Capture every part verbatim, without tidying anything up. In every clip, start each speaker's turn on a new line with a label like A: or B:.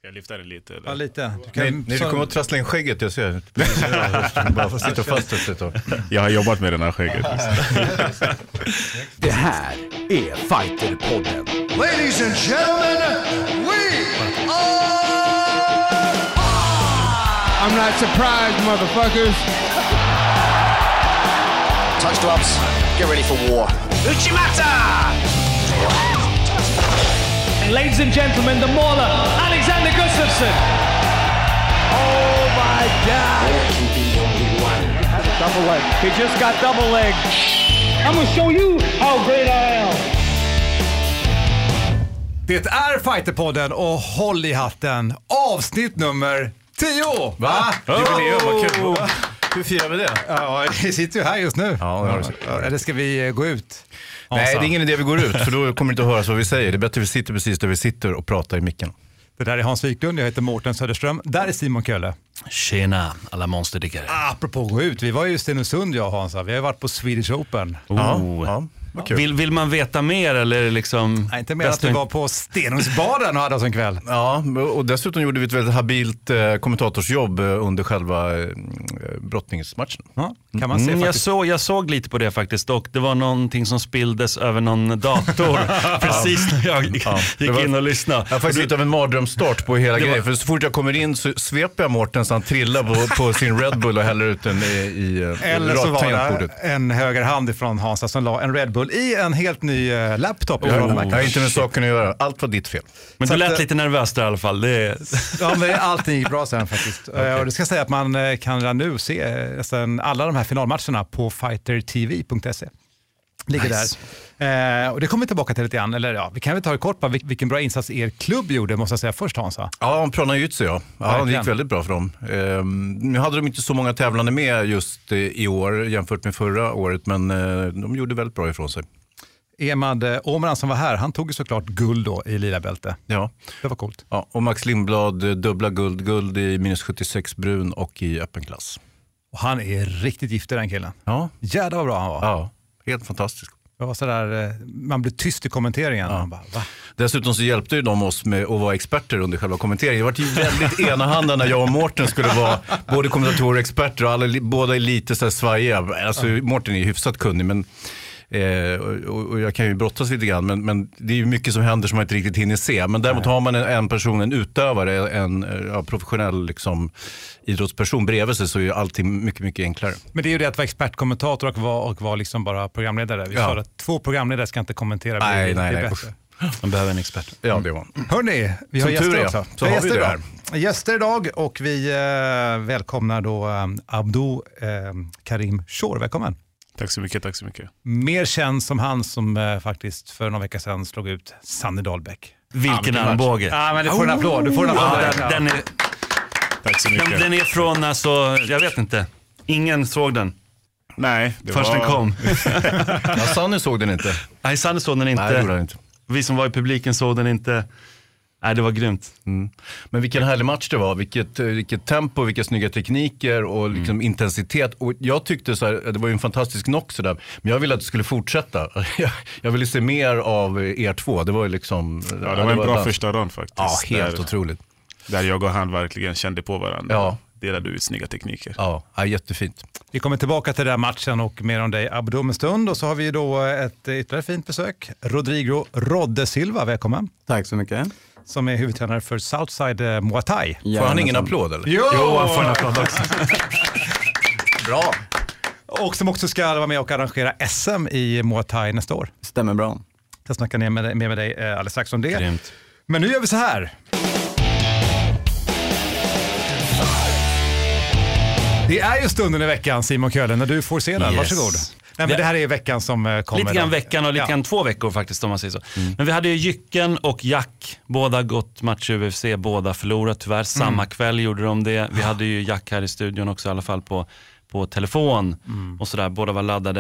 A: Jag lyfter det lite. Eller?
B: Ja, lite. Du
C: kan, nej, nej, du kommer att trassla in skägget, jag ser. Bara för att sitta fast ett tag.
A: Jag har jobbat med den här skägget.
D: Det här är Fighterpodden.
E: Ladies and gentlemen, we are...
F: I'm not surprised, motherfuckers.
G: Touch gloves, get ready for war. Uchimata!
H: Ladies and gentlemen, the mauler, Alexander Gustafsson.
D: Oh my God!
G: There can be only one.
H: Double leg. He just got double leg. I'm gonna show you how great I am.
B: Det är Fighterpodden och håll i hatten. Avsnitt nummer tio.
C: Va? Jubileum, vad kul. Hur firar vi det?
B: Ja, vi sitter ju här just nu.
C: Ja,
B: ja, eller ska vi gå ut?
C: Nej, det är ingen idé vi går ut, för då kommer det inte att höras vad vi säger. Det är bättre att vi sitter precis där vi sitter och pratar i micken.
B: Det där är Hans Wiklund, jag heter Mårten Söderström. Där är Simon Kölle.
I: Tjena, alla monsterdiggare.
B: Apropå gå ut, vi var ju i Stenungsund, jag och Hansa. Vi har varit på Swedish Open.
I: Oh. Ja, ja. Vill, vill man veta mer eller liksom...
B: Nej, inte mer att vi var på Stenungsbaden och hade oss en kväll.
C: Ja, och dessutom gjorde vi ett väldigt habilt eh, kommentatorsjobb under själva eh, brottningsmatchen.
B: Ja, kan man se
I: mm,
B: faktiskt.
I: jag, såg, jag såg lite på det faktiskt, och det var någonting som spilldes över någon dator precis när jag
C: ja,
I: gick
C: var,
I: in och lyssnade.
C: Jag har faktiskt lite av en mardrömsstart på hela grejen, för så fort jag kommer in så sveper jag Mårten så han trillar på, på sin Red Bull och häller ut den i, i
B: Eller så var det en höger hand ifrån Hansa som la en Red Bull i en helt ny uh, laptop.
C: Oh, jag har inte med saken att göra. Allt var ditt fel.
I: Men
B: så
I: du lät
B: att,
I: lite nervös där i alla fall. Det är...
B: ja, men allting gick bra sen faktiskt. Okay. Och det ska säga att man kan redan nu se nästan alla de här finalmatcherna på fighter t v punkt se. Ligger nice. Där. Eh, och det kommer vi tillbaka till lite grann. Eller ja, vi kan väl ta det kort på vilken bra insats er klubb gjorde, måste jag säga först, Hansa.
C: Ja, Prana Jytse, ja. Ja, det gick väldigt bra för dem. Eh, nu hade de inte så många tävlande med just eh, i år jämfört med förra året, men eh, de gjorde väldigt bra ifrån sig.
B: Emad Åmeran som var här, han tog ju såklart guld då i lila bälte.
C: Ja.
B: Det var coolt.
C: Ja, och Max Lindblad dubbla guld, guld i minus sjuttiosex brun och i öppen klass.
B: Och han är riktigt giftig, den killen.
C: Ja.
B: Jävlar vad bra han var.
C: Ja, helt fantastisk.
B: Det var sådär, man blev tyst i kommenteringen.
C: Ja.
B: Man bara, va?
C: Dessutom så hjälpte ju de oss med att vara experter under själva kommenteringen. Det var ju väldigt enahanda när jag och Mårten skulle vara både kommentatorer och experter, och alla, båda är lite så här svajiga. Alltså ja. Mårten är ju hyfsat kunnig, men Eh, och, och jag kan ju brottas lite grann, men, men det är ju mycket som händer som man inte riktigt hinner se. Men däremot Nej. har man en, en person, en utövare, en ja, professionell liksom, idrottsperson bredvid sig, så är ju allting mycket, mycket enklare.
B: Men det är ju det att vara expertkommentator och vara, och vara liksom bara programledare. Vi ja. sa att två programledare ska inte kommentera.
C: Nej,
B: det,
C: nej,
B: det är
C: nej.
B: bättre.
I: Man behöver en expert.
C: Ja, det var.
B: Hörrni, vi har
C: som
B: gäster
C: tur
B: också.
C: Så har
B: gäster
C: vi det här.
B: Idag. Gäster idag, och vi eh, välkomnar då eh, Abdo eh, Karim Shor. Välkommen.
A: Tack så mycket, tack så mycket.
B: Mer känd som han som eh, faktiskt för några veckor sedan slog ut Sanny Dahlbäck.
I: Vilken ja, armbåge.
B: Ja, men du får en applåd. Du får en applåd.
I: Ja, den, den är,
A: tack så mycket.
I: Den, den är från, alltså, jag vet inte. Ingen såg den.
A: Nej.
I: Det Först var... den kom.
C: Ja, Sanny såg den inte.
I: Nej, Sanny såg den inte.
C: Nej, det gjorde den inte.
I: Vi som var i publiken såg den inte. Nej, det var grymt.
C: Mm. Men vilken härlig match det var, vilket, vilket tempo, vilka snygga tekniker och liksom mm. intensitet. Och jag tyckte så här, det var ju en fantastisk knock så där, men jag ville att det skulle fortsätta. Jag, jag ville se mer av er två. Det var ju liksom...
A: Ja, det var en det var bra dans. första rond faktiskt.
C: Ja, helt
A: där,
C: otroligt.
A: Där jag och han verkligen kände på varandra.
C: Ja.
A: Delade ut snygga tekniker.
C: Ja, ja, jättefint.
B: Vi kommer tillbaka till den här matchen och mer om dig, Abdo, om en stund. Och så har vi då ett ytterligare fint besök. Rodrigo Rodde Silva, välkommen.
J: Tack så mycket.
B: Som är huvudtränare för Southside Muay Thai.
C: Ja, får han ingen applåd eller?
B: Jo,
C: jo han får en applåd också. Bra.
B: Och som också ska vara med och arrangera S M i Muay Thai nästa år.
J: Stämmer bra.
B: Jag snackar ner med, med, med dig alldeles strax om det.
I: Grymt.
B: Men nu gör vi så här. Det är ju stunden i veckan, Simon Kölle, när du får se den.
I: Yes.
B: Varsågod. Nej, men det här är veckan som kommer.
I: Lite grann
B: då.
I: veckan och lite
B: ja.
I: grann två veckor faktiskt, om man säger så.
C: Mm.
I: Men vi hade ju Jycken och Jack, båda gått match i U F C, båda förlorat tyvärr. Samma mm. kväll gjorde de det. Vi hade ju Jack här i studion också i alla fall på, på telefon mm. och sådär. Båda var laddade.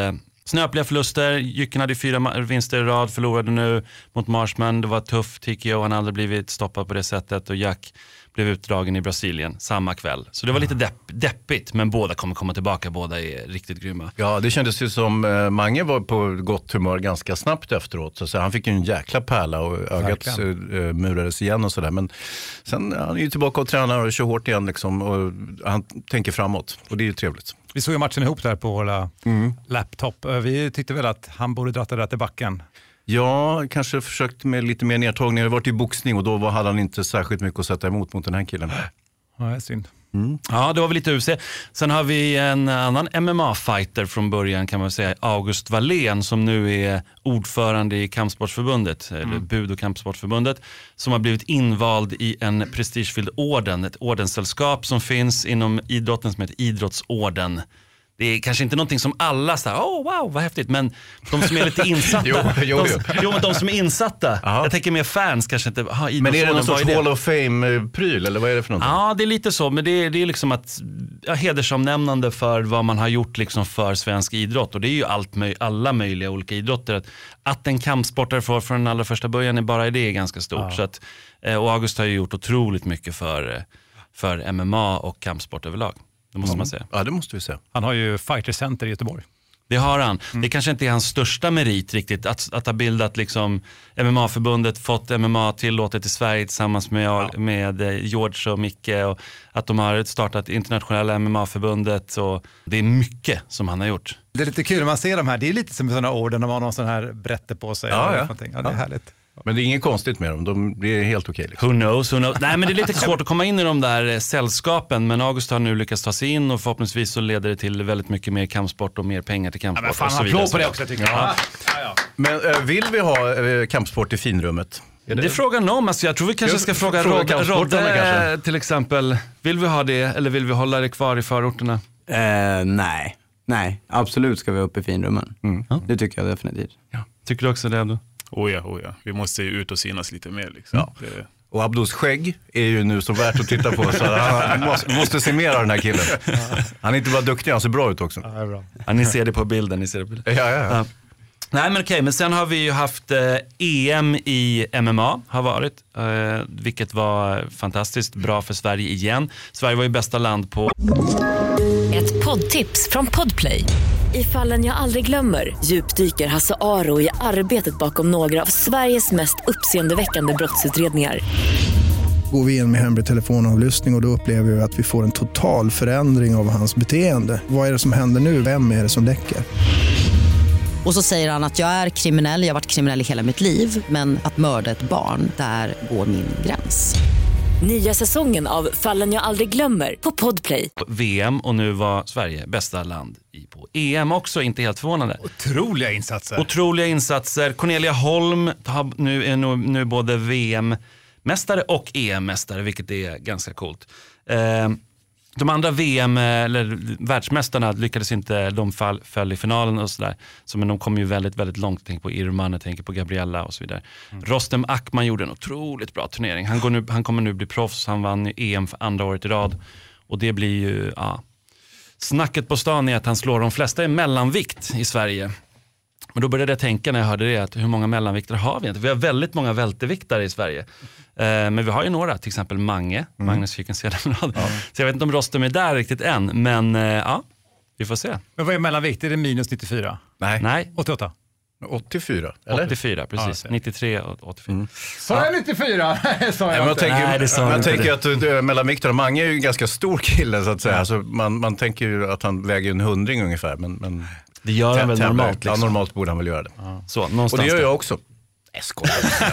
I: Snöpliga förluster. Jycken hade fyra vinster i rad, förlorade nu mot Marshman. Det var tufft, T K O, han hade aldrig blivit stoppad på det sättet. Och Jack blev utdragen i Brasilien samma kväll. Så det var lite depp, deppigt, men båda kommer komma tillbaka. Båda är riktigt grymma.
C: Ja, det kändes ju som eh, Mange var på gott humör ganska snabbt efteråt. Så, så han fick ju en jäkla pärla och ögat eh, murades igen och sådär. Men sen han är ju tillbaka och tränar och kör hårt igen liksom, och han tänker framåt. Och det är ju trevligt.
B: Vi såg ju matchen ihop där på våra mm. laptop. Vi tyckte väl att han borde dra det där till backen.
C: Ja, kanske försökt med lite mer nedtagning. Det har varit i boxning och då var, hade han inte särskilt mycket att sätta emot mot den här killen.
B: Ja, det är synd.
I: Mm. Ja, det var väl lite U F C. Sen har vi en annan M M A-fighter från början, kan man säga, August Wallén, som nu är ordförande i Kampsportsförbundet, mm. eller Bud- och Kampsportsförbundet, som har blivit invald i en prestigefylld orden, ett ordenssällskap som finns inom idrotten som heter Idrottsorden. Det är kanske inte någonting som alla säger, åh oh, wow, vad häftigt, men de som är lite insatta,
C: jo, jo,
I: de,
C: jo.
I: jo, men de som är insatta, aha. Jag tänker mer fans kanske inte, aha,
C: men är det någon sorts Hall of Fame-pryl eller vad är det för någonting?
I: Ja, det är lite så, men det är, det är liksom att ja, hedersomnämnande för vad man har gjort liksom för svensk idrott, och det är ju allt, alla möjliga olika idrotter. Att, att en kampsportare får från den allra första början är bara det är ganska stort. Ja. Så att, och August har ju gjort otroligt mycket för, för M M A och kampsport överlag. Det måste
C: mm.
I: man säga.
C: Ja, det måste vi säga.
B: Han har ju Fighter Center i Göteborg.
I: Det har han. Mm. Det kanske inte är hans största merit riktigt. Att, att ha bildat liksom M M A-förbundet, fått M M A tillåtet i Sverige tillsammans med, ja. med George och Micke. Och att de har startat internationella M M A-förbundet. Och det är mycket som han har gjort.
B: Det är lite kul när man ser de här. Det är lite som sådana orden när man har någon sån här brätte på sig.
C: Ja,
B: eller
C: ja.
B: ja, det är härligt.
C: Men det är inget konstigt med dem, de blir helt okej. Liksom.
I: Who knows, who knows. Nej, men det är lite svårt att komma in i de där sällskapen, men August har nu lyckats ta sig in och förhoppningsvis så leder det till väldigt mycket mer kampsport och mer pengar till kampsport.
B: Ja, men fan,
I: och så vidare.
B: på det också tycker jag. Ja.
C: Ja, ja. Men äh, vill vi ha äh, kampsport i finrummet?
I: Är det? det är frågan om, alltså jag tror vi kanske ska fråga Rodde, Rodde till exempel. Vill vi ha det eller vill vi hålla det kvar i förorterna?
J: Uh, nej, nej, absolut ska vi upp i finrummen. Mm. Det tycker jag definitivt.
I: Ja. Tycker du också det, Abdo?
A: Oh ja, oh ja. Vi måste ju ut och synas lite mer. Liksom. Ja. Det...
C: Och Abdos skägg är ju nu så värt att titta på. Så han måste, måste se mer av den här killen. Han är inte bara duktig, han ser bra ut också.
B: Ja, det är bra.
I: Ja, ni ser det på bilden. Ni ser det på bilden.
C: Ja, ja, ja.
I: Ja. Nej, men okej, men sen har vi ju haft eh, E M i M M A har varit, eh, vilket var fantastiskt bra för Sverige igen. Sverige var ju bästa land på...
K: Ett poddtips från Podplay. I Fallen jag aldrig glömmer djupdyker Hasse Aro i arbetet bakom några av Sveriges mest uppseendeväckande brottsutredningar.
L: Går vi in med hemlig telefonavlyssning och, och då upplever vi att vi får en total förändring av hans beteende. Vad är det som händer nu? Vem är det som läcker?
M: Och så säger han att jag är kriminell, jag har varit kriminell i hela mitt liv, men att mörda ett barn, där går min gräns.
K: Nya säsongen av Fallen jag aldrig glömmer på Podplay.
I: V M och nu var Sverige bästa land i på E M också, inte helt förvånande.
B: Otroliga insatser.
I: Otroliga insatser. Cornelia Holm har nu, är nu, nu både V M-mästare och E M-mästare, vilket är ganska coolt. Eh, de andra V M eller världsmästarna lyckades inte, de fall, föll i finalen och sådär. Så, men de kom ju väldigt, väldigt långt. Tänk på Irman, jag tänker på Gabriella och så vidare. Mm. Rostem Akman gjorde en otroligt bra turnering. Han, går nu, han kommer nu bli proffs, han vann E M för andra året i rad. Och det blir ju, ja. Snacket på stan är att han slår de flesta i mellanvikt i Sverige. Men då började jag tänka när jag hörde det, att hur många mellanviktare har vi inte? Vi har väldigt många välteviktare i Sverige. Eh, men vi har ju några, till exempel Mange, mm. Magnus Kykensedelrad. Ja. Så jag vet inte om Rostem är där riktigt än, men eh, ja, vi får se.
B: Men vad är mellanvikt? Är det minus nittiofyra?
C: Nej.
I: Nej.
B: åttioåtta?
C: åttiofyra, eller?
I: åttiofyra, precis. Ja, nittiotre och åttiofyra. Mm.
B: Sa jag nittiofyra? Sa jag
C: Nej,
B: inte.
C: tänker,
I: Nej, det sa
C: jag
I: jag
C: tänker
I: inte.
C: att uh, mellanviktare, Mange är ju en ganska stor kille så att säga. Ja. Alltså, man, man tänker ju att han väger en hundring ungefär, men... men
I: det gör han väl normalt? Liksom.
C: Ja, normalt borde han väl göra det.
I: Ja. Så, någonstans
C: och det gör
I: där.
C: jag också. Eskol.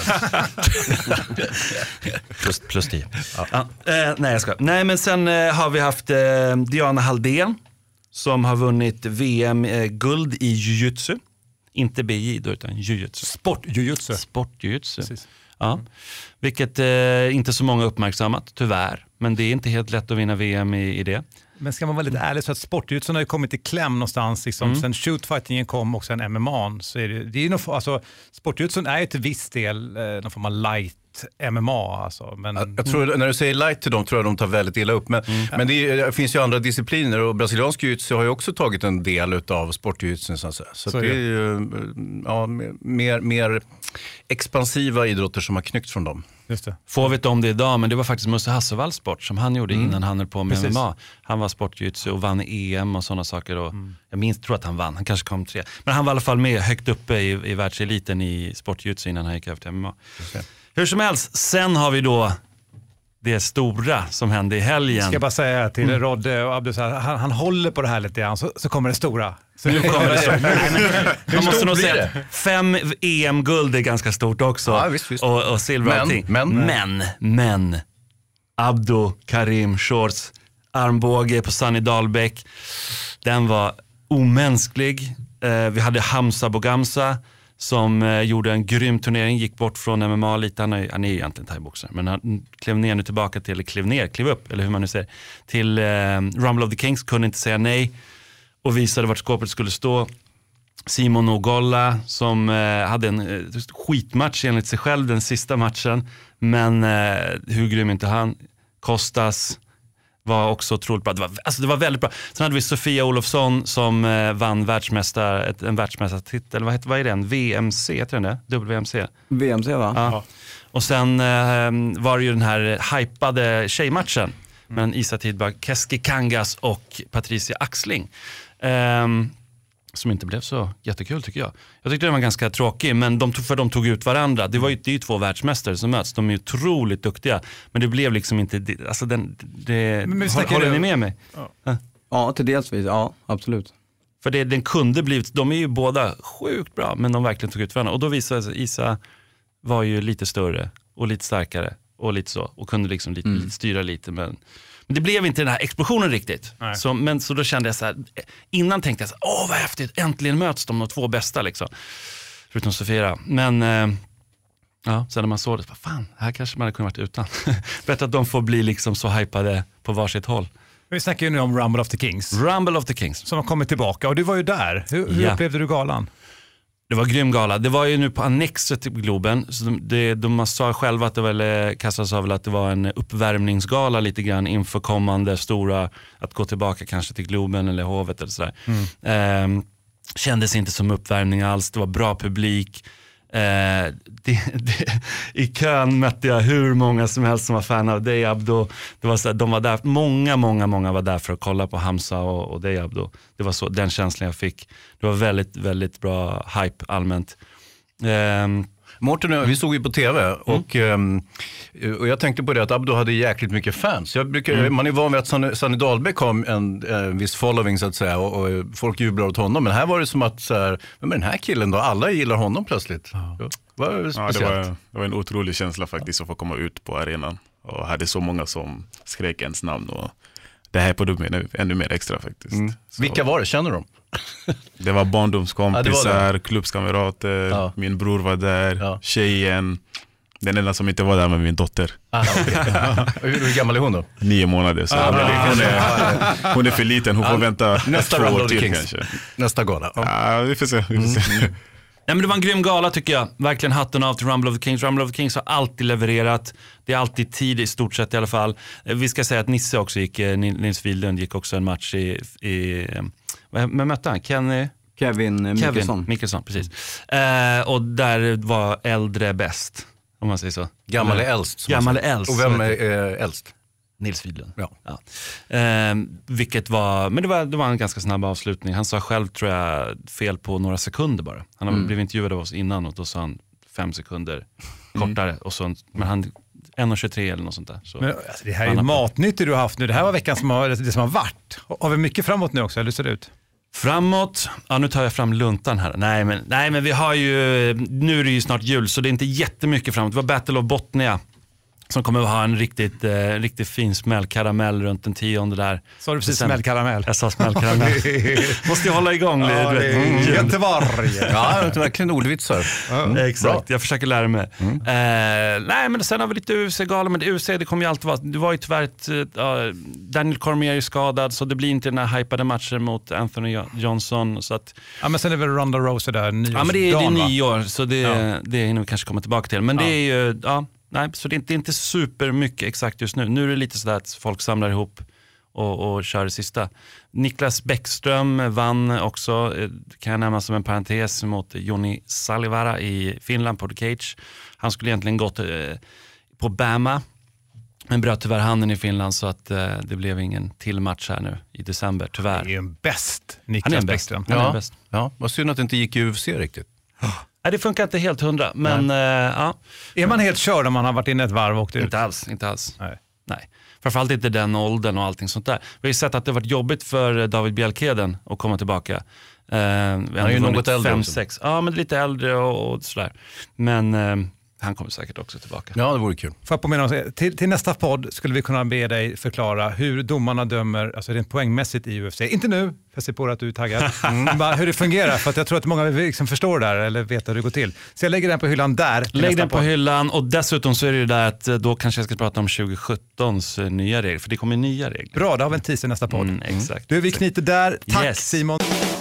I: plus, plus tio. Ja. Ja, eh, nej, jag ska. Nej, men sen eh, har vi haft eh, Diana Halldén som har vunnit V M-guld i jiu-jitsu. Inte B J då, utan jiu-jitsu.
B: Sport-jiu-jitsu.
I: Sport-jiu-jitsu. Ja. Mm. Vilket eh, inte så många uppmärksammat, tyvärr. Men det är inte helt lätt att vinna V M i, i det.
B: Men ska man vara lite ärlig så att sportjutsen har ju kommit i kläm någonstans. Liksom.
I: Mm.
B: Sen shootfightingen kom och sen M M A. Så är det, det är ju något, alltså, sportjutsen är ju till viss del eh, någon form av light M M A. Alltså. Men,
C: jag, jag tror, när du säger light till dem tror jag de tar väldigt illa upp. Men, mm. men det, är, det finns ju andra discipliner och brasiliansk jiu-jitsu har ju också tagit en del av sportjutsen. Så, så, så det är ju ja, mer, mer expansiva idrotter som har knyckt från dem.
B: Just det.
I: Få vet om det idag, men det var faktiskt Musse Hasselvalls sport som han gjorde mm. innan han höll på med Precis. M M A. Han var sportjutsu och vann E M och sådana saker. Och mm. Jag minns, tror att han vann, han kanske kom tre. Men han var i alla fall med högt uppe i, i världseliten i sportjutsu innan han gick över till M M A. Hur som helst, sen har vi då det stora som hände i helgen.
B: Ska jag bara säga till mm. Rodde och Abdus, han, han håller på det här lite grann, så, så kommer det stora. Så
I: nu kommer det stora. Man måste nog säga fem E M-guld är ganska stort också.
C: Ja, visst, visst.
I: Och, och silver
C: men,
I: allting.
C: Men,
I: men, men, Abdo Karim Shorts armbåge på Sunny Dahlbäck, den var omänsklig. Eh, vi hade Hamza Bogamsa som eh, gjorde en grym turnering, gick bort från M M A lite, han är, han är egentligen thaiboxare, men han klev ner nu tillbaka till, eller klev ner, klev upp, eller hur man nu säger, till eh, Rumble of the Kings, kunde inte säga nej och visade vart skåpet skulle stå. Simon Ogolla som eh, hade en eh, skitmatch enligt sig själv den sista matchen, men eh, hur grym inte han. Kostas var också otroligt bra. Det var, alltså det var väldigt bra. Sen hade vi Sofia Olofsson som eh, vann världsmästare, ett, en världsmästartitel. Vad, heter, vad är den? V M C heter den det? W M C.
J: V M C va?
I: Ja. Ja. Och sen eh, var det ju den här hypade tjejmatchen mm. mellan Isa Tidbag, Keski Kangas och Patricia Axling. Eh, som inte blev så jättekul tycker jag. Jag tyckte den var ganska tråkig, men de tog, för de tog ut varandra. Det var ju, det är ju två världsmästare som möts. De är ju otroligt duktiga. Men det blev liksom inte, alltså den, det, men har, håller ni med mig?
J: Ja, ja till delsvis, ja absolut.
I: För det, den kunde blivit, de är ju båda sjukt bra, men de verkligen tog ut varandra. Och då visade sig Isa var ju lite större och lite starkare och lite så. Och kunde liksom lite, mm. styra lite, men... Men det blev inte den här explosionen riktigt. Så, men så då kände jag så här, innan tänkte jag så här, åh vad häftigt, äntligen möts de, de två bästa liksom. Förutom Sofia. Men eh, ja, sen när man såg det, vad fan, här kanske man hade kunnat varit utan. Bättre att de får bli liksom så hypade på varsitt håll.
B: Vi snackar ju nu om Rumble of the Kings.
I: Rumble of the Kings.
B: Som har kommit tillbaka, och du var ju där. Hur, hur
I: ja.
B: upplevde du galan?
I: Det var grym gala. Det var ju nu på annexet till Globen. Så de, de, de sa själva att det väl, Kassa sa väl att det var en uppvärmningsgala lite grann inför kommande stora, att gå tillbaka kanske till Globen eller Hovet eller sådär. Mm. Ehm, kändes inte som uppvärmning alls. Det var bra publik. Ehm, det, det, i kön mötte jag hur många som helst som var fan av dig, Abdo. Det var så här, de var där, många, många, många var där för att kolla på Hamza och, och dig, Abdo. Det var så, den känslan jag fick. Det var väldigt, väldigt bra hype allmänt. Um,
C: Mårten, vi såg ju på tv och, mm. um, och jag tänkte på det att Abdo hade jäkligt mycket fans. Jag brukar, mm. Man är van vid att Sunny, Sunny Dahlbäck har en, en viss following så att säga, och, och folk jublar åt honom. Men här var det som att, så här, men den här killen då, alla gillar honom plötsligt. Ja. Var det,
A: ja, det, var, det var en otrolig känsla faktiskt att få komma ut på arenan. Och hade så många som skrek ens namn. Och det här på ännu, ännu mer extra faktiskt. Mm.
C: Vilka var det? Känner du dem?
A: Det var barndomskompisar,
C: ja, det var det.
A: klubbskamrater, ja. Min bror var där, ja. Tjejen. Den enda som inte var där med min dotter.
C: Ah, okay. hur, hur gammal är hon då?
A: Nio månader. Så ah, hon, är, hon, är, hon är för liten, hon får vänta
C: nästa
A: två år till kanske.
C: Nästa gala.
A: Ja, ja vi får se. Vi får se. Mm.
I: Nej, men det var en grym gala tycker jag. Verkligen hatten av till Rumble of the Kings. Rumble of the Kings har alltid levererat. Det är alltid tid i stort sett i alla fall. Vi ska säga att Nisse också gick, Nils Widlund gick också en match i, i men mötte han? Kenny?
J: Kevin Mikkelson.
I: Mikkelson, precis. Eh, och där var äldre bäst, om man säger så.
C: Gammal är äldst.
I: Gammal är äldst.
C: Och vem är eh, äldst?
I: Nils Widlund.
C: Ja.
I: Ja. Eh, vilket var, men det var, det var en ganska snabb avslutning. Han sa själv, tror jag, fel på några sekunder bara. Han mm. blev intervjuad av oss innan och då sa han fem sekunder kortare. Mm. Och så, men han en tjugotre eller något sånt där. Så
B: men, alltså, det här är ju matnytt du har haft nu. Det här var veckan som har, det som har varit. Har vi mycket framåt nu också? Eller ser det ut?
I: Framåt, ja nu tar jag fram luntan här. Nej men, nej men vi har ju, nu är det ju snart jul så det är inte jättemycket framåt. Det var Battle of Botnia som kommer att ha en riktigt, eh, riktigt fin smällkaramell runt den tionde där.
B: Sa du precis smällkaramell?
I: Jag sa smällkaramell. Måste ju hålla igång.
B: Ja,
I: du vet. Mm.
B: Göteborg.
C: Ja, det är verkligen ordvitsar.
I: Mm. Exakt, jag försöker lära mig. Mm. Eh, nej, men sen har vi lite U F C-galor, men U F C det kommer ju alltid vara. Det var ju tyvärr ett, uh, Daniel Cormier är skadad, så det blir inte den här hypade matchen mot Anthony Johnson. Så att,
B: ja, men sen är väl Ronda Rousey där, nyårsdagen.
I: Ja, men det är, det är nio år,
B: va?
I: så det,
B: ja.
I: det är nog kanske komma tillbaka till. Men ja. det är ju, ja, nej, så det är, inte, det är inte super mycket exakt just nu. Nu är det lite sådär att folk samlar ihop och, och kör det sista. Niklas Bäckström vann också, kan jag nämna som en parentes, mot Joni Salivara i Finland på The Cage. Han skulle egentligen gått eh, på Bama, men bröt tyvärr handen i Finland, så att eh, det blev ingen till match här nu i december, tyvärr.
B: Han är ju en bäst, Niklas
I: Han är en
B: Bäckström.
I: Han
C: ja.
I: är bäst.
C: Ja, vad synd att det inte gick i U F C riktigt.
I: Nej, det funkar inte helt hundra, men eh, ja.
B: Är man helt körd om man har varit inne ett varv och åkt ut?
I: Inte alls, inte alls.
B: Nej.
I: Nej. Framförallt inte den åldern och allting sånt där. Vi har ju sett att det har varit jobbigt för David Bjelkeden att komma tillbaka. Eh, han
C: är ju något äldre
I: fem,
C: också.
I: sex. Ja, men lite äldre och, och sådär. Men eh, han kommer säkert också tillbaka.
C: Ja, det vore kul.
B: Får jag påminna om, till, till nästa podd skulle vi kunna be dig förklara hur domarna dömer, alltså rent poängmässigt i U F C. Inte nu, för jag ser på att du är taggad. Mm. Bara hur det fungerar, för att jag tror att många liksom förstår det där eller vet hur det går till. Så jag lägger den på hyllan där.
I: Lägg den på
B: podd.
I: hyllan, och dessutom så är det ju där att då kanske jag ska prata om tjugo sjutton:s nya regler, för det kommer nya regler.
B: Bra, då har vi en teaser nästa podd.
I: Mm, exakt.
B: Du, vi knyter där. Tack
I: Yes.
B: Simon.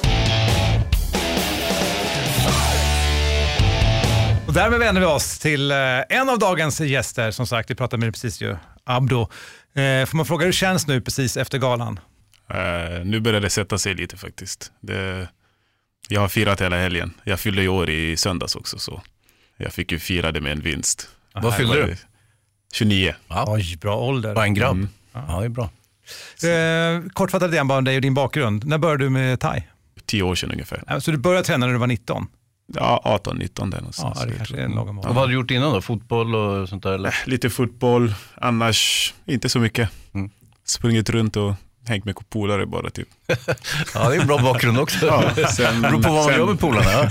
B: Och därmed vänder vi oss till eh, en av dagens gäster. Som sagt, vi pratade med dig precis ju, Abdo. Eh, får man fråga hur det känns nu precis efter galan?
A: Uh, nu börjar det sätta sig lite faktiskt. Det, jag har firat hela helgen. Jag fyllde i år i söndags också, så jag fick ju fira det med en vinst.
C: Vad fyllde du?
A: tjugonio.
B: Ja. Oj, bra ålder.
C: Bara en grabb.
A: Mm.
C: Ja, det är bra.
B: Eh, kortfattat igen bara om dig och din bakgrund. När började du med thai?
A: Tio år sedan ungefär.
B: Eh, så du började träna när du var nitton?
A: Ja, arton nitton där någonstans.
B: Ja, det kanske är en lagom ålder.
C: Och vad har du gjort innan då? Fotboll och sånt där? Eller?
A: Lite fotboll, annars inte så mycket. Mm. Sprungit runt och hängt med polare bara typ.
C: Ja, det är en bra bakgrund också.
A: Ja, sen,
C: beror på vad man gör med polarna. Ja.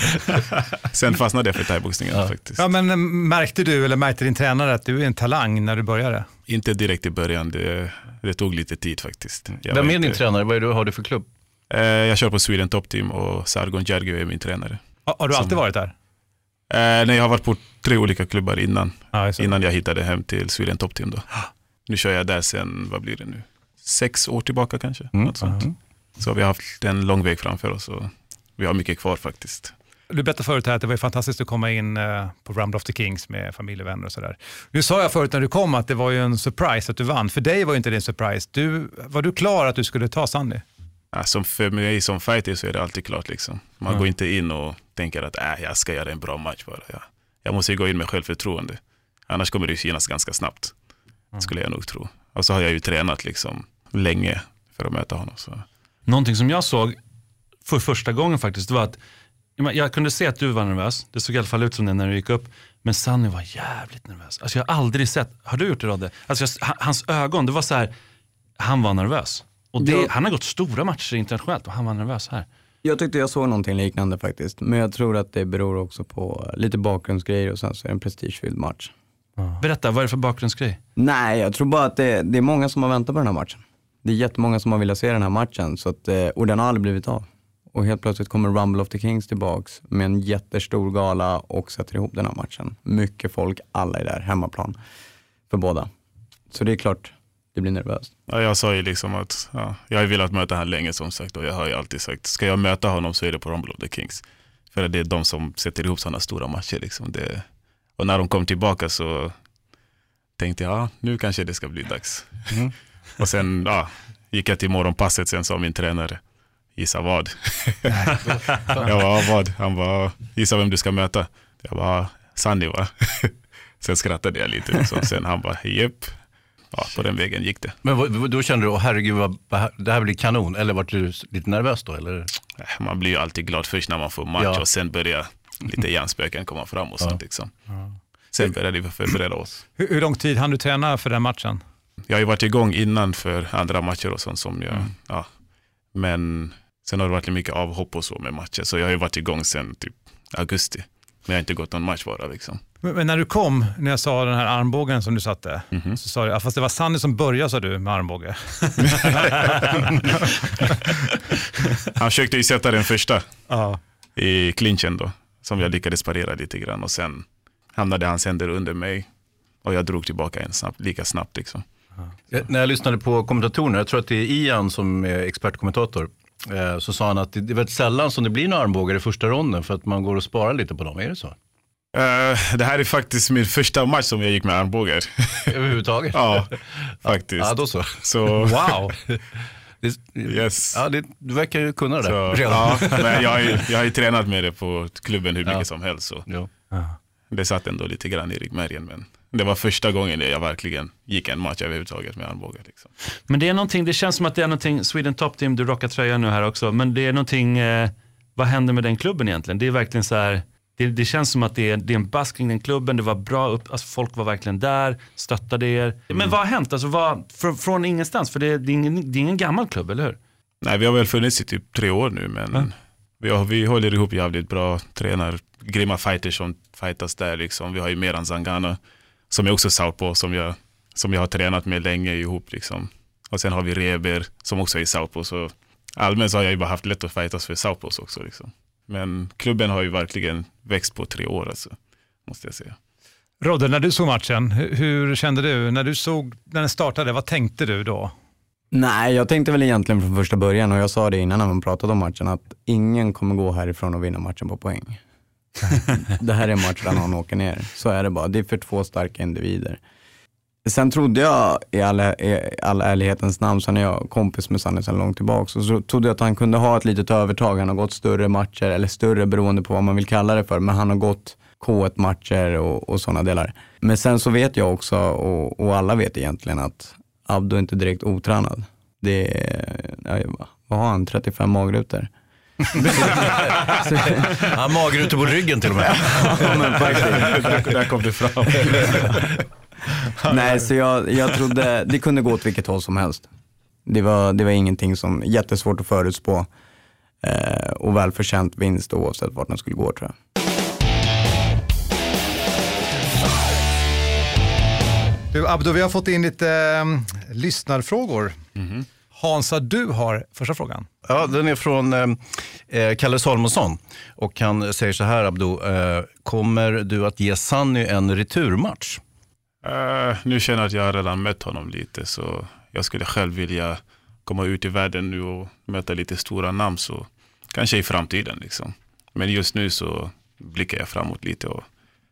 A: Sen fastnade jag för thaiboxningen ja. faktiskt.
B: Ja, men märkte du eller märkte din tränare att du är en talang när du började?
A: Inte direkt i början, det, det tog lite tid faktiskt. Jag
C: Vem är
A: inte...
C: din tränare? Vad är du, har du för klubb?
A: Eh, jag kör på Sweden Top Team och Sargon Djärgö är min tränare.
B: Ja, har du alltid Som... varit där?
A: Eh, nej, jag har varit på tre olika klubbar innan.
B: Ja,
A: innan jag hittade hem till Sweden Top Team då. Nu kör jag där sen, vad blir det nu? Sex år tillbaka kanske. Mm. Något sånt. Mm. Så vi har haft en lång väg framför oss och vi har mycket kvar faktiskt.
B: Du berättade förut här att det var fantastiskt att komma in på Rumble of the Kings med familjevänner och sådär. Nu sa jag förut när du kom att det var ju en surprise att du vann. För dig var ju inte det en surprise. Du, var du klar att du skulle ta Sandy?
A: Ja, som för mig som fighter så är det alltid klart liksom. Man mm. går inte in och tänker att äh, jag ska göra en bra match bara. Ja. Jag måste ju gå in med självförtroende. Annars kommer det synas ganska snabbt. Mm. Skulle jag nog tro. Och så har jag ju tränat liksom länge för att möta honom. Så.
I: Någonting som jag såg för första gången faktiskt var att jag kunde se att du var nervös. Det såg i alla fall ut som det när du gick upp. Men Sanny var jävligt nervös. Alltså jag har aldrig sett, har du gjort det Rodde? Alltså jag, hans ögon, det var så här, han var nervös. Och det, han har gått stora matcher internationellt och han var nervös här.
J: Jag tyckte jag såg någonting liknande faktiskt. Men jag tror att det beror också på lite bakgrundsgrejer och sen så är det en prestigefylld match.
I: Ja. Berätta, vad är det för bakgrundsgrej?
J: Nej, jag tror bara att det, det är många som har väntat på den här matchen. Det är jättemånga som har velat se den här matchen. Så att, och den har aldrig blivit av. Och helt plötsligt kommer Rumble of the Kings tillbaks med en jättestor gala och sätter ihop den här matchen. Mycket folk, alla är där, hemmaplan för båda. Så det är klart, det blir nervöst.
A: Ja, jag sa ju liksom att ja, jag har velat möta honom länge som sagt. Och jag har ju alltid sagt, ska jag möta honom så är det på Rumble of the Kings. För det är de som sätter ihop sådana stora matcher liksom. Det, och när de kom tillbaka så tänkte jag, ja, nu kanske det ska bli dags. Mm. Och sen ja, gick jag till morgonpasset sen som min tränare. Gissa vad? Jag var vad? Han var, gissa vem du ska möta? Jag var Sandy va? Sen skrattade jag lite liksom. Sen han bara, jepp. Ja, på den vägen gick det.
C: Men då kände du, åh herregud, vad, det här blir kanon. Eller var du lite nervös då? Eller?
A: Man blir ju alltid glad först när man får match. Ja. Och sen börjar lite hjärnspöken komma fram och sånt ja. liksom. Sen började vi förbereda oss.
B: Hur, hur lång tid hann du träna för den matchen?
A: Jag har ju varit igång innan för andra matcher och sånt som jag, mm. ja. Men sen har det varit mycket avhopp och så med matcher. Så jag har ju varit igång sen typ augusti. Men jag har inte gått någon match bara liksom.
B: Men, men när du kom, när jag sa den här armbågen som du satte, mm-hmm. så sa du, ja, fast det var Sanny som började, sa du, med armbåge.
A: Han försökte ju sätta den första
B: ja.
A: i clinchen då, som jag lyckades parera lite grann. Och sen hamnade hans händer under mig och jag drog tillbaka en snabbt, lika snabbt liksom.
C: Ja. När jag lyssnade på kommentatorerna, jag tror att det är Ian som är expertkommentator, eh, så sa han att det är väldigt sällan som det blir några armbågar i första ronden för att man går och sparar lite på dem. Är det så?
A: Uh, det här är faktiskt min första match som jag gick med armbågar.
C: Överhuvudtaget?
A: Ja, faktiskt.
C: Ja, då så.
A: så
C: wow.
A: Det, yes.
C: Ja, det, du verkar ju kunna det.
A: Så, ja, men jag, har ju, jag har ju tränat med det på klubben hur mycket ja. som helst. Så.
C: Ja.
A: Det satt ändå lite grann i ryggmärgen, men det var första gången jag verkligen gick en match överhuvudtaget med armbågar. Liksom.
I: Men det är någonting, det känns som att det är någonting, Sweden Top Team, du rockar tröjan nu här också, men det är någonting, eh, vad händer med den klubben egentligen? Det är verkligen så här, det, det känns som att det är, det är en bass kring den klubben, det var bra upp, alltså folk var verkligen där, stöttade er. Mm. Men vad har hänt? Alltså vad, från, från ingenstans, för det, det, är ingen, det är ingen gammal klubb, eller hur?
A: Nej, vi har väl funnits i typ tre år nu, men mm. vi, har, vi håller ihop jävligt bra, tränar grymma fighters som fightas där liksom. Vi har ju Meran Zangana som är också southpaw, som jag, som jag har tränat med länge ihop liksom. Och sen har vi Reber som också är southpaw, så allmänt så har jag ju bara haft lätt att fightas för southpaws också liksom. Men klubben har ju verkligen växt på tre år alltså, måste jag säga.
B: Rodde, när du såg matchen, hur, hur kände du? När du såg, när den startade, vad tänkte du då?
J: Nej, jag tänkte väl egentligen från första början, och jag sa det innan när man pratade om matchen, att ingen kommer gå härifrån och vinna matchen på poäng. Det här är en match där någon åker ner. Så är det bara. Det är för två starka individer. Sen trodde jag i all, i all ärlighetens namn, så när jag kompis med Sanne sedan långt tillbaka, så, så trodde jag att han kunde ha ett litet övertag. Han har gått större matcher, eller större beroende på vad man vill kalla det för, men han har gått K ett-matcher och, och sådana delar. Men sen så vet jag också, och, och alla vet egentligen, att Abdo är inte direkt otränad. Det är, ja, vad har han, trettiofem magrutor?
C: Han mager ute på ryggen till och med.
J: Ja, men faktiskt.
A: Där kom det fram.
J: Nej, så jag, jag trodde det kunde gå åt vilket håll som helst. Det var, det var ingenting som jättesvårt att förutspå. Eh, och välförtjänt vinst oavsett vart den skulle gå, tror jag.
B: Du Abdo, vi har fått in lite äh, lyssnarfrågor. Mm-hmm. Hansa, du har första frågan.
C: Ja, den är från eh, Kalle Salmonsson. Och han säger så här, Abdo. Eh, kommer du att ge Sanny en returmatch?
A: Uh, nu känner jag att jag redan mött honom lite. Så jag skulle själv vilja komma ut i världen nu och möta lite stora namn. Så kanske i framtiden liksom. Men just nu så blickar jag framåt lite och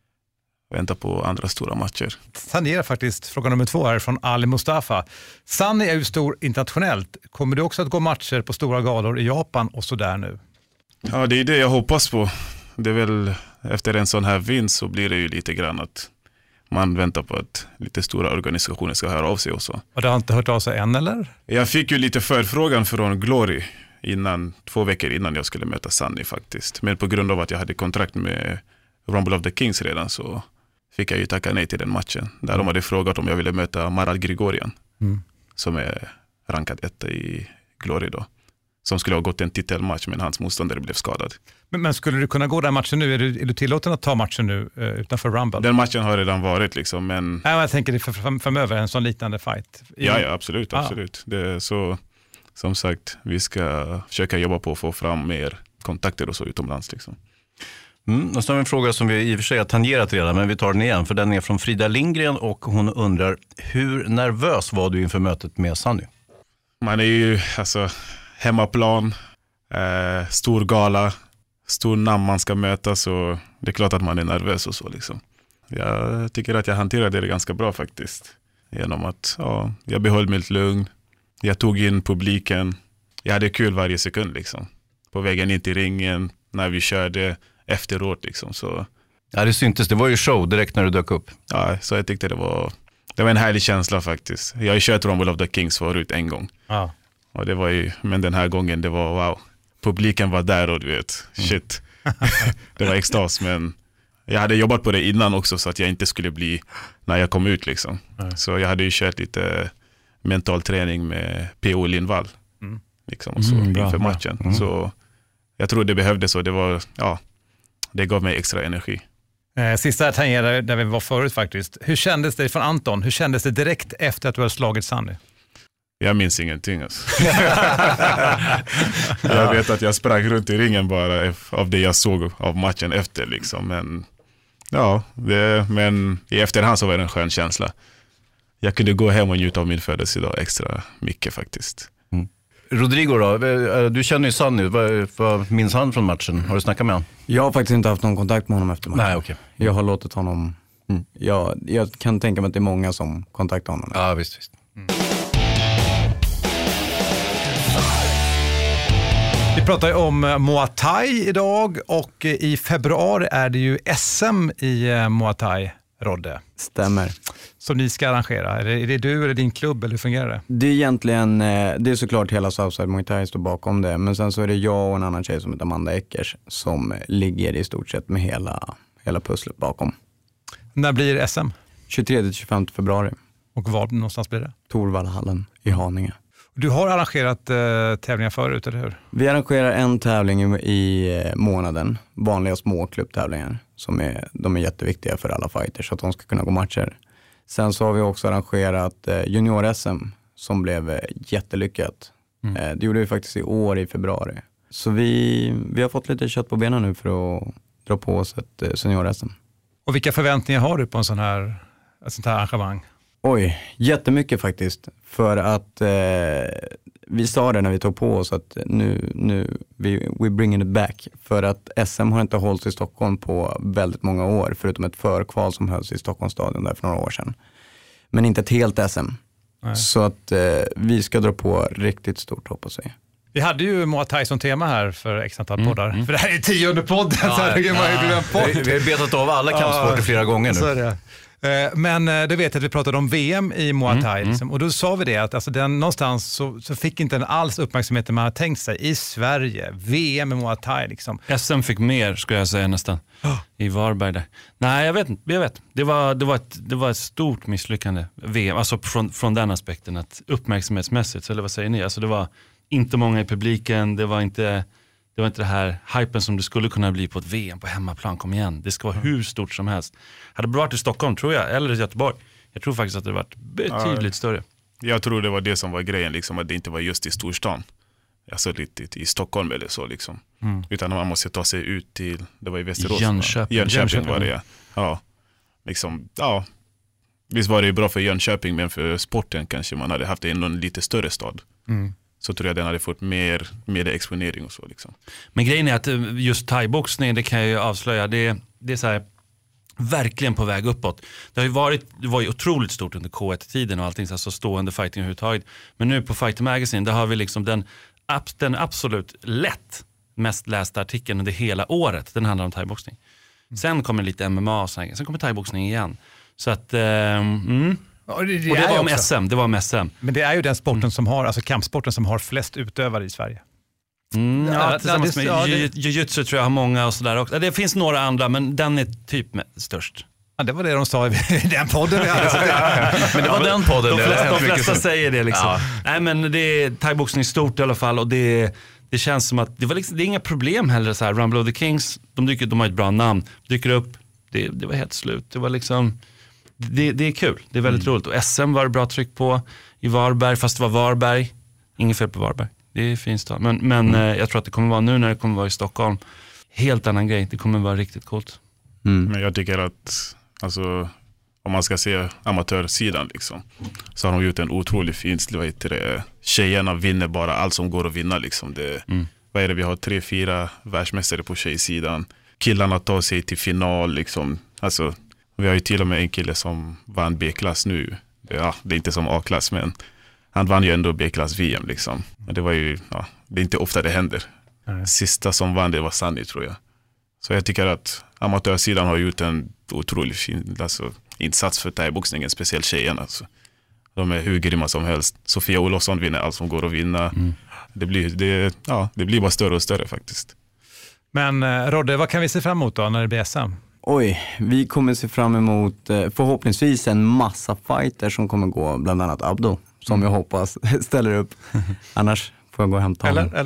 A: väntar på andra stora matcher.
B: Tangerar faktiskt fråga nummer två här från Ali Mustafa. Sanny är ju stor internationellt. Kommer du också att gå matcher på stora galor i Japan och så där nu?
A: Ja, det är det jag hoppas på. Det är väl efter en sån här vinst så blir det ju lite grann att man väntar på att lite stora organisationer ska höra av sig också.
B: Och det har inte hört av sig än, eller?
A: Jag fick ju lite förfrågan från Glory innan, två veckor innan jag skulle möta Sanny faktiskt. Men på grund av att jag hade kontrakt med Rumble of the Kings redan så fick jag ju tacka nej till den matchen. Där mm. de hade frågat om jag ville möta Marat Grigorian. Mm. Som är rankad etta i Glory då. Som skulle ha gått en titelmatch, men hans motståndare blev skadad.
B: Men, men skulle du kunna gå den matchen nu? Är du, är du tillåten att ta matchen nu uh, utanför Rumble?
A: Den matchen har redan varit liksom, men...
B: Nej, jag tänker det för, för, framöver, en sån liknande fight. I...
A: Ja, ja, absolut, absolut. Ah. Det är så, som sagt, vi ska försöka jobba på att få fram mer kontakter och så utomlands liksom.
C: Mm, och så har vi en fråga som vi i och för sig har tangerat redan, men vi tar den igen, för den är från Frida Lindgren och hon undrar, hur nervös var du inför mötet med Sanny?
A: Man är ju, alltså, hemmaplan, eh, stor gala, stor namn man ska möta, så det är klart att man är nervös och så liksom. Jag tycker att jag hanterade det ganska bra faktiskt. Genom att, ja, jag behöll mitt lugn, jag tog in publiken, jag hade kul varje sekund liksom. På vägen in till ringen, när vi körde, efteråt liksom, så...
C: Ja, det syntes, det var ju show direkt när du dök upp.
A: Ja, så jag tyckte det var det var en härlig känsla faktiskt. Jag har ju kört Rumble of the Kings förut en gång. Ja. Och det var ju, men den här gången det var wow. Publiken var där och du vet, shit. Mm. Det var extas, men jag hade jobbat på det innan också så att jag inte skulle bli när jag kom ut liksom. Mm. Så jag hade ju kört lite mental träning med P O Lindvall mm. liksom, och så mm, inför matchen. Mm. Så jag tror det behövdes och det var, ja, det gav mig extra energi.
B: Eh, sista här tangerar där vi var förut faktiskt. Hur kändes det från Anton? Hur kändes det direkt efter att du hade slagit Sandy?
A: Jag minns ingenting alltså. Jag vet att jag sprang runt i ringen bara av det jag såg av matchen efter liksom. Men ja, det, men i efterhand så var det en skön känsla. Jag kunde gå hem och njuta av min födelsedag extra mycket faktiskt.
C: Mm. Rodrigo då, du känner ju Sanny, vad, vad minns han från matchen? Har du snackat med honom?
J: Jag har faktiskt inte haft någon kontakt med honom efter matchen.
C: Nej, okay.
J: Jag har låtit honom, mm. jag, jag kan tänka mig att det är många som kontaktar honom.
C: Ja, visst, visst. Mm.
B: Vi pratar ju om Muay Thai idag och i februari är det ju S M i Muay Thai, Rodde.
J: Stämmer.
B: Som ni ska arrangera. Är det, är det du eller din klubb eller hur fungerar det?
J: Det är egentligen, det är såklart hela Southside Muay Thai står bakom det. Men sen så är det jag och en annan tjej som heter Amanda Eckers som ligger i stort sett med hela, hela pusslet bakom.
B: När blir S M?
J: tjugotre till tjugofemte februari.
B: Och var någonstans blir det?
J: Torvallhallen i Haninge.
B: Du har arrangerat eh, tävlingar förut, eller hur?
J: Vi arrangerar en tävling i, i månaden. Vanliga små klubbtävlingar. Som är, de är jätteviktiga för alla fighters så att de ska kunna gå matcher. Sen så har vi också arrangerat eh, junior-S M som blev eh, jättelyckat. Mm. Eh, det gjorde vi faktiskt i år i februari. Så vi, vi har fått lite kött på benen nu för att dra på oss ett eh, senior-S M.
B: Och vilka förväntningar har du på en sån här, ett sånt här arrangemang?
J: Oj, jättemycket faktiskt. För att eh, vi sa det när vi tog på oss att nu, nu vi, we bringing it back. För att S M har inte hållits i Stockholm på väldigt många år. Förutom ett förkval som hölls i Stockholmsstadion där för några år sedan. Men inte ett helt S M. Nej. Så att eh, vi ska dra på riktigt stort, hoppas vi.
B: Vi hade ju Muay Thai som tema här för x antal mm, poddar. Mm. För det här är tionde podden ja, så här ja, man ju glömt bort.
C: Vi, vi har betat av alla kampsporter ja, flera gånger nu.
B: Så är det. Men det vet jag att vi pratade om V M i Muay Thai. Mm, liksom. mm. Och då sa vi det att alltså, den, någonstans så, så fick inte den alls uppmärksamheten man hade tänkt sig i Sverige. V M i Muay Thai liksom.
I: S M fick mer skulle jag säga nästan. Oh. I Varberg där. Nej, jag vet inte. Jag vet. Det var, det var, ett, det var ett stort misslyckande. V M, alltså från, från den aspekten att uppmärksamhetsmässigt, eller vad säger ni? Alltså det var inte många i publiken. Det var inte... Det var inte det här hypen som det skulle kunna bli på ett V M på hemmaplan. Kom igen, det ska vara hur stort som helst. Hade det varit i Stockholm tror jag, eller i Göteborg. Jag tror faktiskt att det varit betydligt ja, större.
A: Jag tror det var det som var grejen, liksom, att det inte var just i storstan. Alltså lite i Stockholm eller så liksom. Mm. Utan man måste ta sig ut till, det var i Västerås.
I: Jönköping.
A: Jönköping, Jönköping var det, ja. Ja, liksom, ja. Visst var det bra för Jönköping, men för sporten kanske man hade haft en lite större stad. Mm. Så tror jag den hade fått mer, mer exponering och så liksom.
I: Men grejen är att just thaiboxning, det kan jag ju avslöja, det, det är så här verkligen på väg uppåt. Det har ju varit, det var ju otroligt stort under K ett-tiden och allting, så alltså stående fighting överhuvudtaget. Men nu på Fighter Magazine, där har vi liksom den, den absolut lätt mest lästa artikeln under hela året. Den handlar om thaiboxning. Mm. Sen kommer lite M M A och sen, sen kommer thaiboxning igen. Så att, eh, mm. Och det, det, och det var om också. S M, det var om S M.
B: Men det är ju den sporten mm. som har, alltså kampsporten som har flest utövare i Sverige.
I: Mm, ja, tillsammans med ja, det... jiu-jitsu tror jag har många och sådär också. Det finns några andra, men den är typ med störst.
B: Ja, det var det de sa i den podden vi hade.
C: Men det var den podden.
I: De flesta, de flesta säger det liksom. Ja. Nej, men det är thaiboxning stort i alla fall och det, det känns som att det var liksom, det är inga problem heller så här. Rumble of the Kings, de, dyker, de har ett bra namn, dyker upp, det, det var helt slut. Det var liksom... Det, det är kul, det är väldigt mm. roligt. Och S M var det bra tryck på i Varberg, fast det var Varberg. Inget fel på Varberg, det är fint stad. Men, men mm. eh, jag tror att det kommer vara nu när det kommer vara i Stockholm. Helt annan grej, det kommer vara riktigt coolt.
A: Mm. Men jag tycker att, alltså, om man ska se amatörsidan liksom, så har de gjort en otroligt fin stil. Tjejerna vinner bara allt som går att vinna liksom. Det, mm. Vad är det, vi har tre, fyra världsmästare på tjejsidan. Killarna tar sig till final liksom, alltså. Vi har ju till och med en kille som vann B-klass nu. Ja, det är inte som A-klass, men han vann ju ändå B-klass V M liksom. Men det var ju, ja, det är inte ofta det händer. Mm. Sista som vann det var Sandy tror jag. Så jag tycker att amatörsidan har gjort en otroligt fin alltså, insats för thaiboxningen, speciellt tjejerna. Alltså. De är hur grymma som helst. Sofia Olofsson vinner allt som går att vinna. Mm. Det, blir, det, ja, det blir bara större och större faktiskt.
B: Men Rodde, vad kan vi se fram emot då när det blir S M?
J: Oj, vi kommer se fram emot förhoppningsvis en massa fighter som kommer gå, bland annat Abdo, som mm. jag hoppas ställer upp. Annars får får jag gå och hämta
B: eller,
J: honom.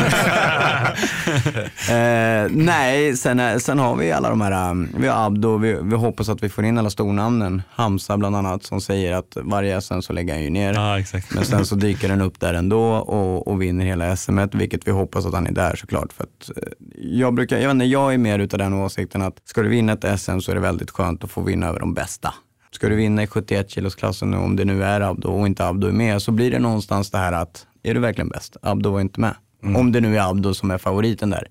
B: Eller?
J: eh, nej, sen, sen har vi alla de här, vi har Abdo, vi, vi hoppas att vi får in alla stornamnen. Hamza bland annat, som säger att varje S M så lägger han ju ner.
I: Ja, exakt.
J: Men sen så dyker den upp där ändå och, och vinner hela S M-et, vilket vi hoppas att han är där såklart. För att jag brukar, jag vet inte, jag är mer utav den åsikten att ska du vinna ett S M så är det väldigt skönt att få vinna över de bästa. Ska du vinna i sjuttioett kilosklassen, om det nu är Abdo och inte Abdo är med, så blir det någonstans det här att, är du verkligen bäst? Abdo var inte med. Mm. Om det nu är Abdo som är favoriten där.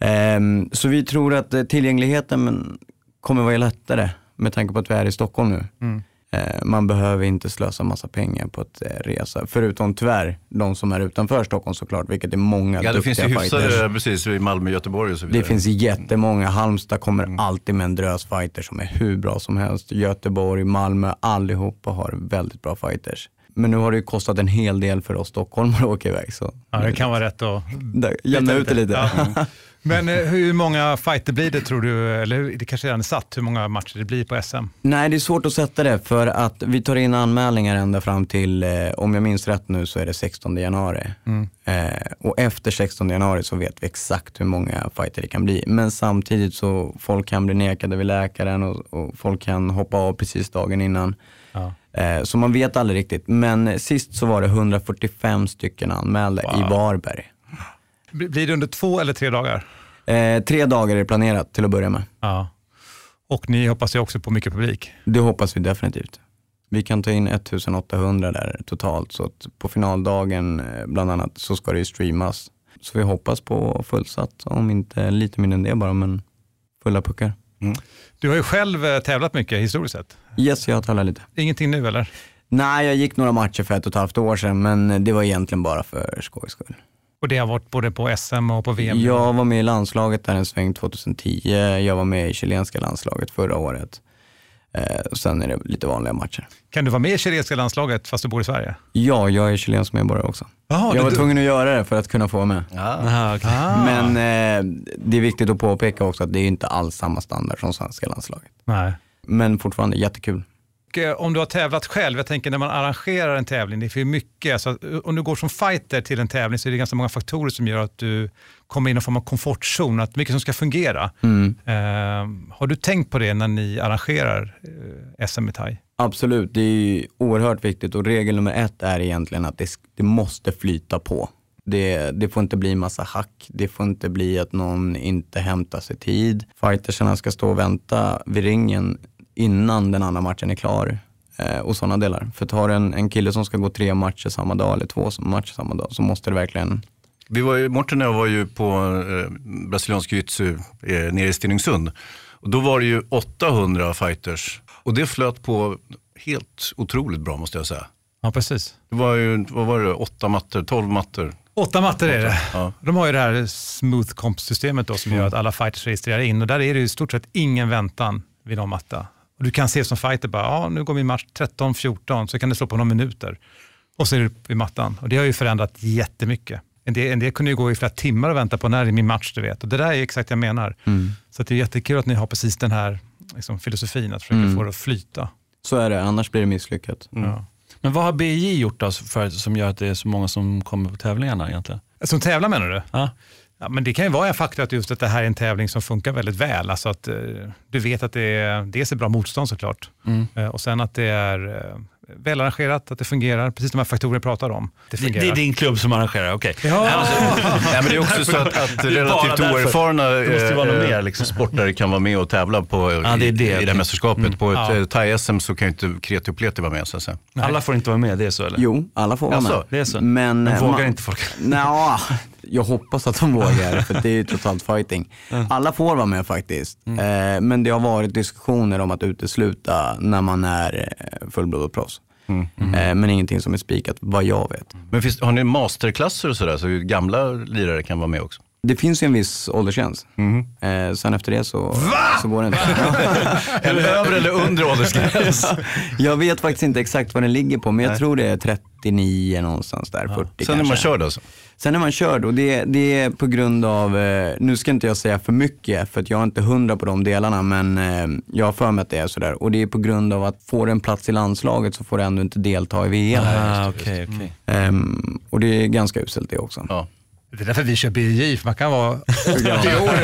J: Ehm, så vi tror att tillgängligheten men, kommer vara lättare med tanke på att vi är i Stockholm nu. Mm. Ehm, man behöver inte slösa massa pengar på att eh, resa. Förutom tyvärr de som är utanför Stockholm såklart, vilket är många.
C: Ja, det finns ju hyfsade
J: fighters.
C: Precis i Malmö, Göteborg och så vidare.
J: Det finns jättemånga. Halmstad kommer mm. alltid med en drös fighters som är hur bra som helst. Göteborg, Malmö, allihopa har väldigt bra fighters. Men nu har det ju kostat en hel del för oss stockholmare att åka iväg. Så.
B: Ja, det kan vara rätt att
J: jämna ut det lite.
B: Ja. Men hur många fighter blir det tror du, eller det kanske redan är satt, hur många matcher det blir på S M?
J: Nej, det är svårt att sätta det för att vi tar in anmälningar ända fram till, eh, om jag minns rätt nu så är det sextonde januari. Mm. Eh, och efter sextonde januari så vet vi exakt hur många fighter det kan bli. Men samtidigt så folk kan bli nekade vid läkaren och, och folk kan hoppa av precis dagen innan. Ja. Eh, så man vet aldrig riktigt. Men sist så var det hundrafyrtiofem stycken anmälda wow. i Varberg.
B: Blir det under två eller tre dagar?
J: Eh, tre dagar är planerat till att börja med.
B: Ja. Och ni hoppas ju också på mycket publik?
J: Det hoppas vi definitivt. Vi kan ta in ettusenåttahundra där totalt. Så att på finaldagen bland annat så ska det ju streamas. Så vi hoppas på fullsatt, om inte lite mindre än det bara, men fulla puckar. Mm.
B: Du har ju själv tävlat mycket historiskt sett.
J: Yes, jag har tävlat lite.
B: Ingenting nu eller?
J: Nej, jag gick några matcher för ett och ett halvt år sedan, men det var egentligen bara för skojs skull.
B: Och det har varit både på S M och på V M?
J: Jag var med i landslaget där en sväng tjugohundratio. Jag var med i chilenska landslaget förra året. Eh, och sen är det lite vanliga matcher.
B: Kan du vara med i chilenska landslaget fast du bor i Sverige?
J: Ja, jag är chilensk medborgare också. Aha, jag var du... tvungen att göra det för att kunna få vara med.
B: Ah. Aha, okay. ah.
J: Men eh, det är viktigt att påpeka också att det är inte alls samma standard som svenska landslaget.
B: Nej.
J: Men fortfarande jättekul.
B: Om du har tävlat själv, jag tänker när man arrangerar en tävling, det är för mycket. Alltså, om du går som fighter till en tävling så är det ganska många faktorer som gör att du kommer in i någon form av komfortzon, att mycket som ska fungera. Mm. Eh, har du tänkt på det när ni arrangerar eh, S M i Thai?
J: Absolut, det är oerhört viktigt och regel nummer ett är egentligen att det, det måste flyta på. Det, det får inte bli massa hack, det får inte bli att någon inte hämtar sig tid. Fightersarna ska stå och vänta vid ringen innan den andra matchen är klar eh, och sådana delar. För tar en, en kille som ska gå tre matcher samma dag eller två matcher samma dag så måste det verkligen...
C: Vi var ju, Morten och jag var ju på eh, brasiliansk jiu-jitsu eh, nere i Stenungsund och då var det ju åttahundra fighters och det flöt på helt otroligt bra måste jag säga.
B: Ja, precis.
C: Det var ju, vad var det, åtta mattor, tolv mattor.
B: Åtta mattor är det.
C: Ja.
B: De har ju det här smooth comp-systemet då som mm. gör att alla fighters registrerar in och där är det ju i stort sett ingen väntan vid någon matta. Och du kan se som fighter bara, ja nu går min match tretton fjorton så kan det slå på några minuter. Och så är du vid mattan. Och det har ju förändrat jättemycket. En del, en del kunde ju gå i flera timmar och vänta på när är min match, du vet. Och det där är exakt jag menar. Mm. Så att det är jättekul att ni har precis den här liksom, filosofin att försöka mm. få det att flyta.
J: Så är det, annars blir det misslyckat.
B: Mm. Ja.
I: Men vad har B J gjort då för, som gör att det är så många som kommer på tävlingarna egentligen?
B: Som tävlar menar du?
I: Ja.
B: Ja, men det kan ju vara en faktor att just att det här är en tävling som funkar väldigt väl. Alltså att eh, du vet att det är dels är bra motstånd såklart. Mm. Eh, och sen att det är eh, välarrangerat, att det fungerar. Precis de här faktorerna jag pratar om. Det,
I: det, det är din klubb som arrangerar, okej. Okay.
B: Ja.
C: Alltså, ja, men det är också så att, att relativt oerfarna eh, liksom, sportare kan vara med och tävla på,
I: ja, det är det,
C: i, i det här mästerskapet. Mm. På ett
B: ja.
C: Thai-S M så kan ju inte Kreti och Pleti vara med. Så att säga.
I: Alla får inte vara med, det är så eller?
J: Jo, alla får vara med.
C: Alltså,
I: det är så.
J: Men,
I: men vågar
J: man,
I: inte folk?
J: Nja, jag hoppas att de vågar för det är ju totalt fighting. Mm. Alla får vara med faktiskt. Mm. Eh, men det har varit diskussioner om att utesluta när man är fullblodig proffs. Mm. Mm. Eh, men ingenting som är spikat vad jag vet.
C: Men finns, har ni masterklasser och sådär så gamla lirare kan vara med också?
J: Det finns ju en viss åldersgräns. Mm. Eh, sen efter det så, så går det inte.
C: Eller över eller under åldersgräns?
J: Jag vet faktiskt inte exakt vad den ligger på, men jag Nej. tror det är trettionio någonstans där, ja. fyrtio
C: Sen
J: kanske.
C: är man körd alltså?
J: Sen är man körd och det, det är på grund av, eh, nu ska inte jag säga för mycket för att jag är inte hundra på de delarna, men eh, jag har för mig att det är sådär. Och det är på grund av att får en plats i landslaget så får du ändå inte delta i V M.
C: Ah, okay, okay.
J: Um, och det är ganska uselt det också.
C: Ja.
B: Det är därför vi kör B J, för man kan vara fyrtio år.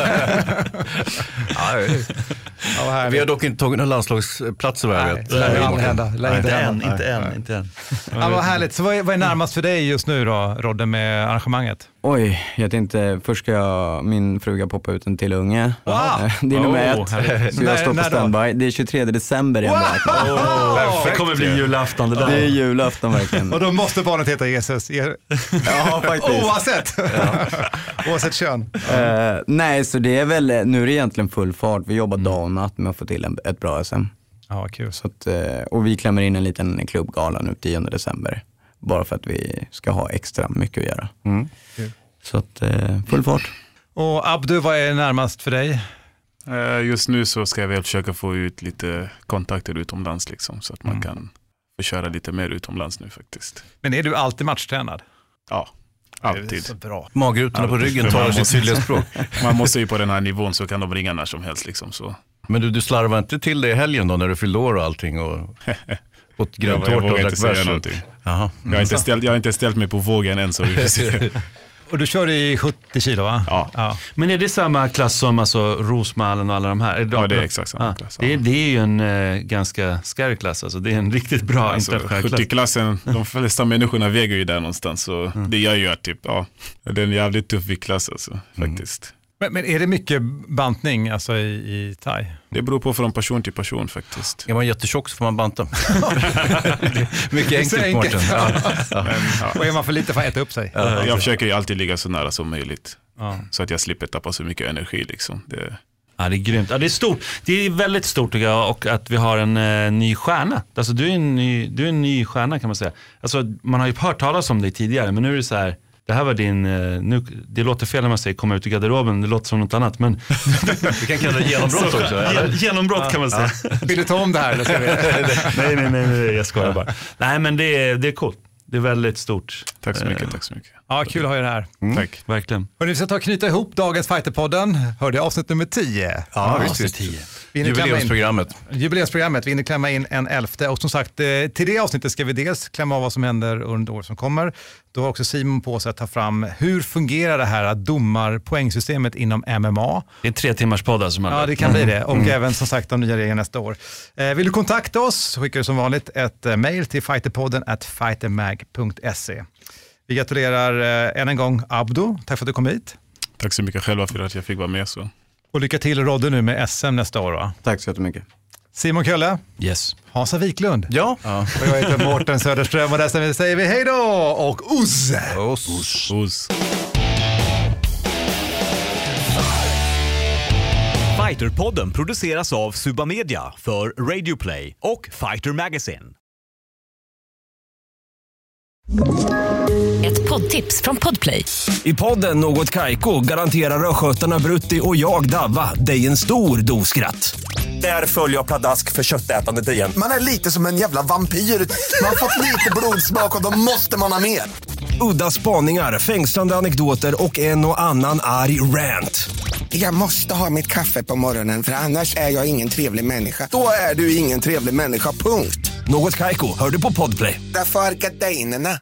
C: Ja, vi har dock inte tagit några landslagsplatser.
B: Nej,
C: vet.
B: Det lär aldrig hända.
I: Nej, inte än, inte än, inte än.
B: Ja, vad härligt. Så vad är, vad är närmast för dig just nu då, Rodde, med arrangemanget?
J: Oj, jag tänkte, först ska jag, min fruga poppa ut en till unge.
B: Wow.
J: Det är nummer
I: oh,
J: ett. Så jag står på standby. Det är tjugotredje december i en wow.
I: oh, Det kommer bli julafton det där.
J: Det är julafton verkligen.
B: Och då måste barnet heta Jesus.
J: Ja, faktiskt.
B: Oavsett. Ja. Oavsett kön.
J: Uh, nej, så det är väl, nu är det egentligen full fart. Vi jobbar mm. dag och natt med att få till en, ett bra S M.
B: Ja, kul.
J: Så att, uh, och vi klämmer in en liten klubbgala nu tionde december. Bara för att vi ska ha extra mycket att göra. Mm. Så att, uh, full fart.
B: Och Abdu, vad är närmast för dig?
A: Uh, just nu så ska jag väl försöka få ut lite kontakter utomlands liksom, så att man mm. kan få köra lite mer utomlands nu faktiskt.
B: Men är du alltid matchtränad?
A: Ja. Alltid.
B: Det är så bra.
C: Magrutorna på ryggen talar sitt tydliga språk.
A: Man måste ju på den här nivån så kan de ringa när som helst liksom så.
C: Men du, du slarvar inte till det i helgen då när du fyllde år och allting och åt grönt
A: jag,
C: tårta och
A: drack bärs?
C: Jaha.
A: Jag har inte ställt, jag har inte ställt mig på vågen än så vi får se.
B: Och du kör i sjuttio kilo va?
A: Ja.
B: ja.
I: Men är det samma klass som alltså Rosmallen och alla de här? Är det
A: ja, det är exakt samma
I: ja.
A: klass.
I: Det är, det är ju en eh, ganska scary klass. Alltså. Det är en riktigt bra
A: alltså,
I: internationell klass.
A: sjuttio-klassen, de flesta människorna väger ju där någonstans. Så mm. det gör ju att typ, ja, det är en jävligt tuff viktklass alltså, faktiskt.
B: Mm. Men, men är det mycket bantning alltså, i, i thai?
A: Det beror på från person till person faktiskt.
C: Är man jättetjock så får man banta. Mycket enkelt, enkelt. Mårten. Ja.
B: Ja. Men, ja. Och är man för lite för att äta upp sig?
A: Ja, jag försöker ju alltid ligga så nära som möjligt. Ja. Så att jag slipper tappa så mycket energi liksom. Det...
I: Ja, det är grymt. Ja, det är stort. Det är väldigt stort tycker jag, och att vi har en eh, ny stjärna. Alltså du är en ny, du är en ny stjärna kan man säga. Alltså man har ju hört talas om dig tidigare, men nu är det så här. Det här var din, nu, det låter fel när man säger komma ut i garderoben, det låter som något annat, men
C: vi kan kalla det genombrott också.
I: Eller? Genombrott ja, kan man säga.
B: Ja. Vill du ta om det här? Eller ska vi?
I: nej, nej, nej, nej, jag skojar bara. Nej, men det är, det är coolt. Det är väldigt stort.
A: Tack så mycket, tack så mycket.
B: Ja, kul att ha er här.
A: Mm. Tack.
I: Verkligen.
B: Och vi ska ta och knyta ihop dagens Fighterpodden. Hörde avsnitt nummer tio.
C: Ja, visst, visst. tio. Jubileumsprogrammet.
B: Jubileumsprogrammet. Vi hinner klämma in en elfte. Och som sagt, till det avsnittet ska vi dels klämma av vad som händer under år som kommer. Då har också Simon på sig att ta fram hur fungerar det här domarpoängsystemet inom M M A.
I: Det är en tre timmars podd alltså.
B: Ja, det kan bli det. Och mm. även som sagt de nya reglerna nästa år. Eh, vill du kontakta oss så skickar du som vanligt ett eh, mail till fighterpodden at fightermag punkt se. Vi gratulerar eh, än en gång Abdu. Tack för att du kom hit.
A: Tack så mycket själva för att jag fick vara med. Så.
B: Och lycka till Rodde nu med S M nästa år va?
J: Tack så jättemycket.
B: Simon Kölle.
I: Yes.
B: Hansa Wiklund.
C: Ja.
B: ja. Och jag heter Mårten Söderström och där säger vi hej då och oss.
C: Oss.
A: Oss. Oss.
D: Fighterpodden produceras av Suba Media för Radio Play och Fighter Magazine.
K: Ett poddtips från Podplay.
N: I podden Något Kaiko garanterar öskötarna Brutti och jag Davva dig en stor doskratt. Där följer jag pladask för köttätandet igen.
O: Man är lite som en jävla vampyr. Man har fått lite blodsmak och då måste man ha mer.
N: Udda spaningar, fängslande anekdoter och en och annan arg rant.
O: Jag måste ha mitt kaffe på morgonen för annars är jag ingen trevlig människa. Då är du ingen trevlig människa, punkt.
N: Något Kaiko, hör du på Podplay.
O: Därför är gardinerna.